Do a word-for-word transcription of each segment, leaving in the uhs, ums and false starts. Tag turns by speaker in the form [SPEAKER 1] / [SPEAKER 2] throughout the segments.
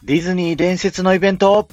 [SPEAKER 1] ディズニー伝説のイベント。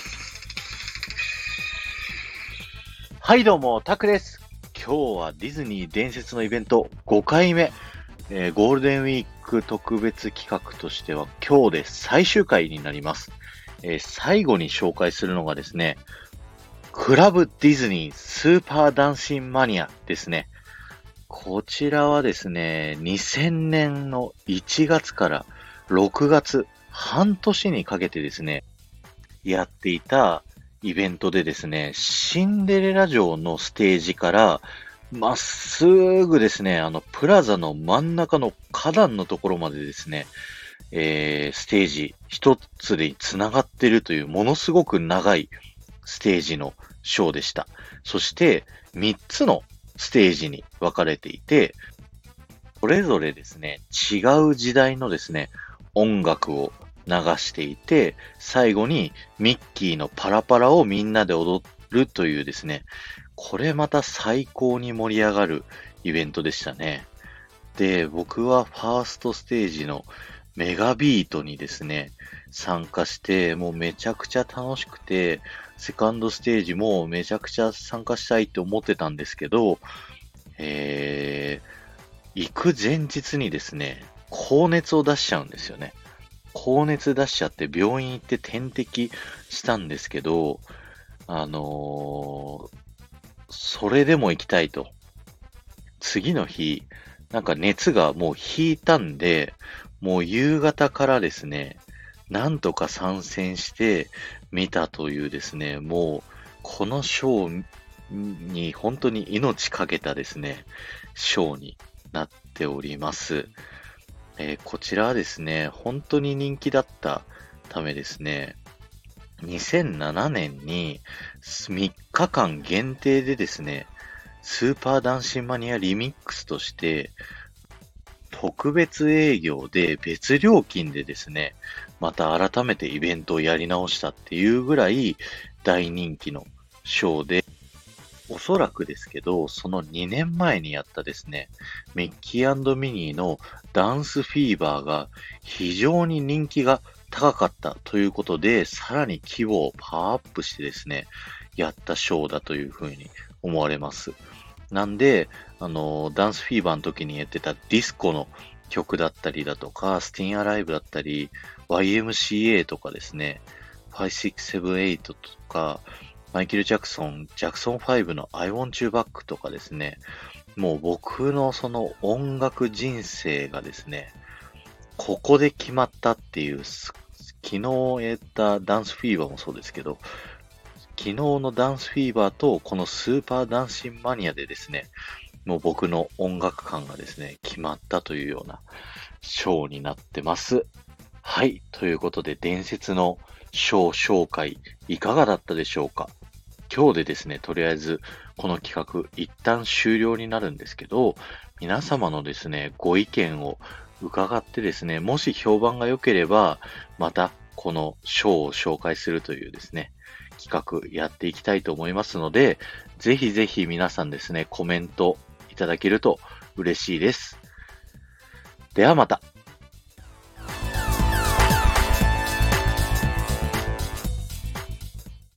[SPEAKER 1] はいどうも、タクです。今日はディズニー伝説のイベントごかいめ、えーゴールデンウィーク特別企画としては今日で最終回になります。えー最後に紹介するのがですね、クラブディズニースーパーダンシンマニアですね。こちらはですね、にせんねんのいちがつからろくがつ、半年にかけてですね、やっていたイベントでですね、シンデレラ城のステージから、まっすぐですね、あの、プラザの真ん中の花壇のところまでですね、えー、ステージ一つで繋がっているというものすごく長いステージのショーでした。そしてみっつのステージに分かれていて、それぞれですね、違う時代のですね、音楽を流していて、最後にミッキーのパラパラをみんなで踊るというですね、これまた最高に盛り上がるイベントでしたね。で、僕はファーストステージのメガビートにですね、参加して、もうめちゃくちゃ楽しくて、セカンドステージもめちゃくちゃ参加したいって思ってたんですけど、えー、行く前日にですね、高熱を出しちゃうんですよね。高熱出しちゃって病院行って点滴したんですけど、あのーそれでも行きたいと。次の日、なんか熱がもう引いたんで、もう夕方からですね、なんとか参戦して見たというですね、もうこのショーに本当に命かけたですね、ショーになっております。えーこちらはですね、本当に人気だったためですね、にせんななねんにみっかかん限定でですね、スーパーダンシンマニアリミックスとして、特別営業で別料金でですね、また改めてイベントをやり直したっていうぐらい大人気のショーで、おそらくですけど、そのにねんまえにやったですね、ミッキーミニーのダンスフィーバーが非常に人気が高かったということで、さらに規模をパワーアップしてですね、やったショーだというふうに思われます。なんで、あの、ダンスフィーバーの時にやってたディスコの曲だったりだとか、スティンアライブだったり、ワイエムシーエー とかですね、ファイブシックスセブンエイトとか、マイケル・ジャクソン、ジャクソンファイブの I Want You Back とかですね、もう僕のその音楽人生がですね、ここで決まったっていう、す昨日やったダンスフィーバーもそうですけど、昨日のダンスフィーバーとこのスーパーダンシンマニアでですね、もう僕の音楽感がですね、決まったというようなショーになってます。はい。ということで、伝説のショー紹介、いかがだったでしょうか？今日でですね、とりあえず、この企画、一旦終了になるんですけど、皆様のですね、ご意見を伺ってですね、もし評判が良ければ、また、このショーを紹介するというですね、企画やっていきたいと思いますので、ぜひぜひ皆さんですね、コメントいただけると嬉しいです。ではまた。